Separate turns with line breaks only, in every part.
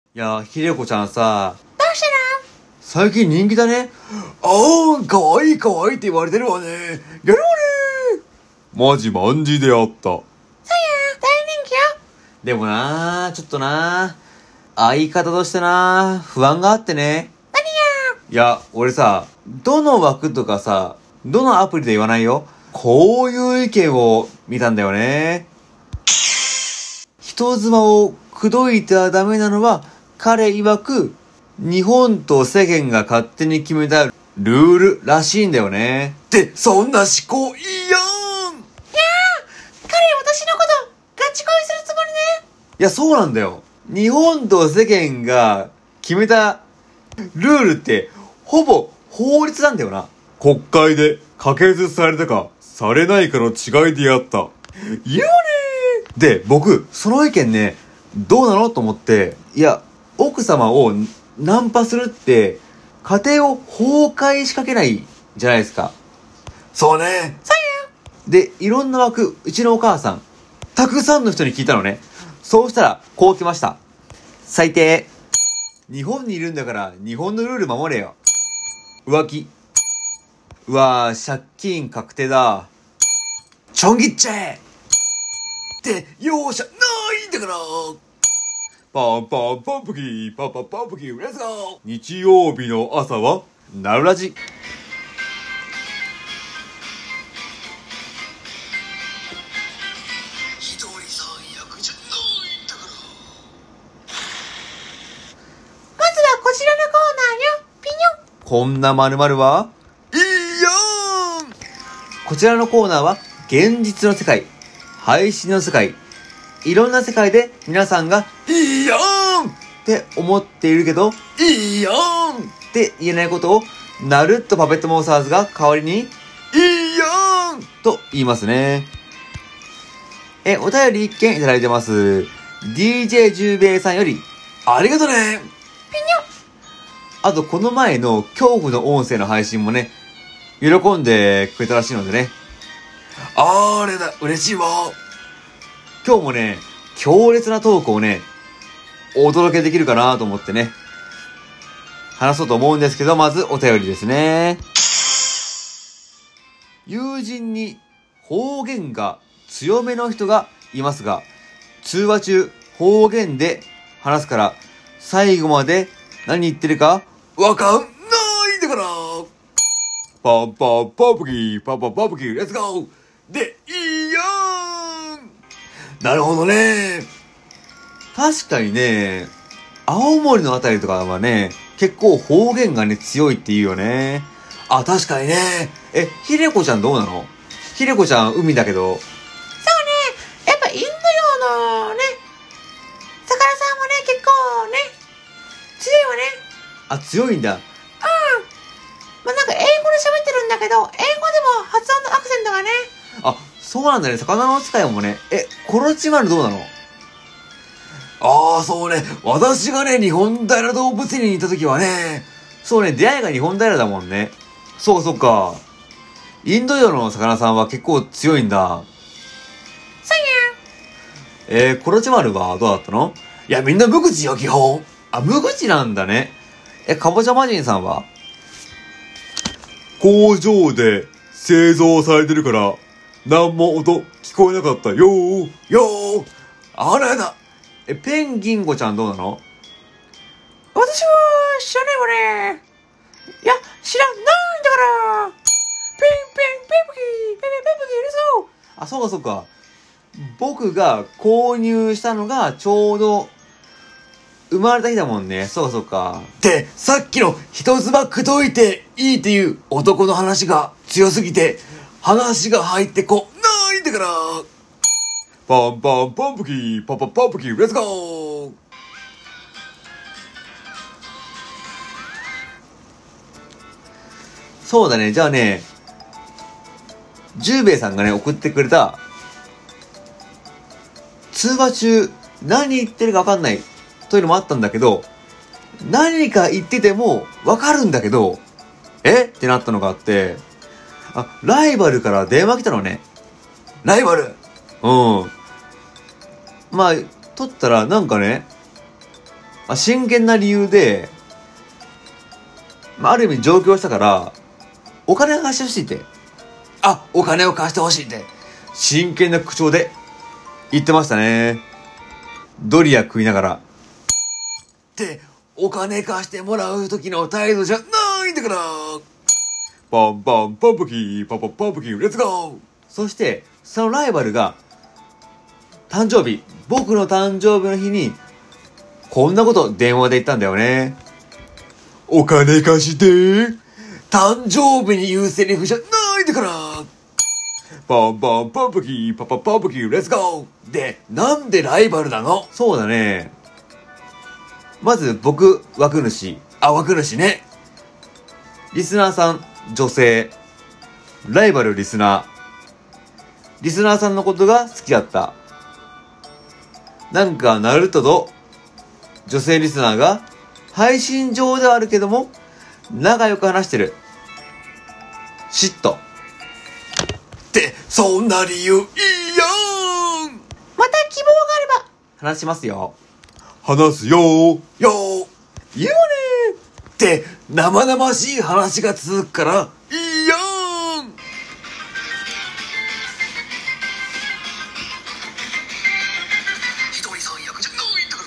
いや、ひでこちゃんさ、
どうしたの？
最近人気だね。かわいいかわいいって言われてるわね。やろうね。
マジマンジであった。
そうや、大人気よ。
でもなー、ちょっとなー、相方としてなー、不安があってね。
何や？
いや、俺さ、どの枠とかさ、どのアプリで言わないよ。こういう意見を見たんだよね。人妻を口説いてはダメなのは、彼曰く、日本と世間が勝手に決めたルールらしいんだよね。ってそんな思考いいやん。
彼私のことガチ恋するつもりね。
いや、そうなんだよ。日本と世間が決めたルールって、ほぼ法律なんだよな。
国会で可決されたかされないかの違いであった。
言うねー。で、僕、その意見ね、どうなのと思って、いや、奥様をナンパするって、家庭を崩壊しかけないじゃないですか。そうね。で、いろんな枠、うちのお母さん、たくさんの人に聞いたのね。そうしたら、こう来ました。最低。日本にいるんだから、日本のルール守れよ。浮気。うわぁ、借金確定だ。ちょんぎっちゃえって容赦ないんだから。
パンパンパンプキー、パンパンパンプキー、レッツゴー。
日曜日の朝はなるラジ。
一人三役じゃないんだから。
まずはこちらのコーナーよ。ピニョン。
こんな〇〇はいいやん。こちらのコーナーは現実の世界、配信の世界、いろんな世界で皆さんがいいやんって思っているけど、いいやんって言えないことをナルッとパペットモンスターズが代わりにいいやんと言いますね。お便り一件いただいてます。DJ ジュウベイさんよりありがとね。
ピニョン。
あとこの前の恐怖の音声の配信もね、喜んでくれたらしいのでね。
あれだ、嬉しいわ。
今日もね、強烈なトークをね、お届けできるかなと思ってね、話そうと思うんですけど、まずお便りですね。友人に方言が強めの人がいますが、通話中方言で話すから、最後まで何言ってるかわかんないんだから。
パンパンパンプキー、パンパンパンプキー、レッツゴー。
で、いいやん。なるほどね。確かにね、青森のあたりとかはね、結構方言がね、強いって言うよね。あ、確かにね。ひでこちゃんどうなの？ひでこちゃん海だけど。
そうね。やっぱインド洋のね、魚さんもね、結構ね、強いわね。
あ、強いんだ。
まあ、なんか英語で喋ってるんだけど、英語でも発音のアクセントがね。
あ、そうなんだね。魚の使いもね。コロチマルどうなの？そうね。私がね、日本平動物園にいた時はね、そうね、出会いが日本平だもんね。そうか。インド洋の魚さんは結構強いんだ。
そうや。
コロチマルはどうだったの？いや、みんな無口よ、基本。あ、無口なんだね。かぼちゃ魔人さんは？
工場で製造されてるから、何も音聞こえなかったよー。
あらやだ。ペンギンゴちゃんどうなの？
私は知らないわね。いや、知らないんだから。ペンプキー、ペンプキーいるぞ。
あ、そうか。僕が購入したのがちょうど生まれた日だもんね。そうか。で、さっきの人妻口説いていいっていう男の話が強すぎて、話が入ってこないんだから。
パンパンパンプキー、パンパンパンプキー、レッツゴー。
そうだね。じゃあね、ジュウベイさんがね、送ってくれた、通話中何言ってるかわかんないというのもあったんだけど、何か言っててもわかるんだけど、ってなったのがあって、ライバルから電話来たのね。ライバル？まあ、取ったらなんかね、 真剣な理由で、ある意味上京したから、お金が貸してほしいって。お金を貸してほしいって。真剣な口調で言ってましたね。ドリア食いながら。
ってお金貸してもらう時の態度じゃないんだから。
パンパンパンプキー、パンパンパンプキー、レッツゴー。
そして、そのライバルが、僕の誕生日の日に、こんなこと電話で言ったんだよね。
お金貸して。
誕生日に言うセリフじゃないんだから。
パンパンパンプキー、パンパンパンプキー、レッツゴー。
で、なんでライバルなの？
そうだね。まず僕、枠主。
枠主ね。
リスナーさん、女性。ライバルリスナー。リスナーさんのことが好きだった。なんか、ナルトと女性リスナーが配信上ではあるけども、仲良く話してる。嫉妬。
ってそんな理由いいやん。
また希望があれば
話しますよ。
話すよー。
よー
言うわね
って生々しい話が続くからいいやん。ひとりさん役じゃないんだから。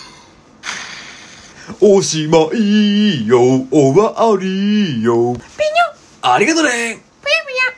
おしまいよ、終わりよ。
ありがとね。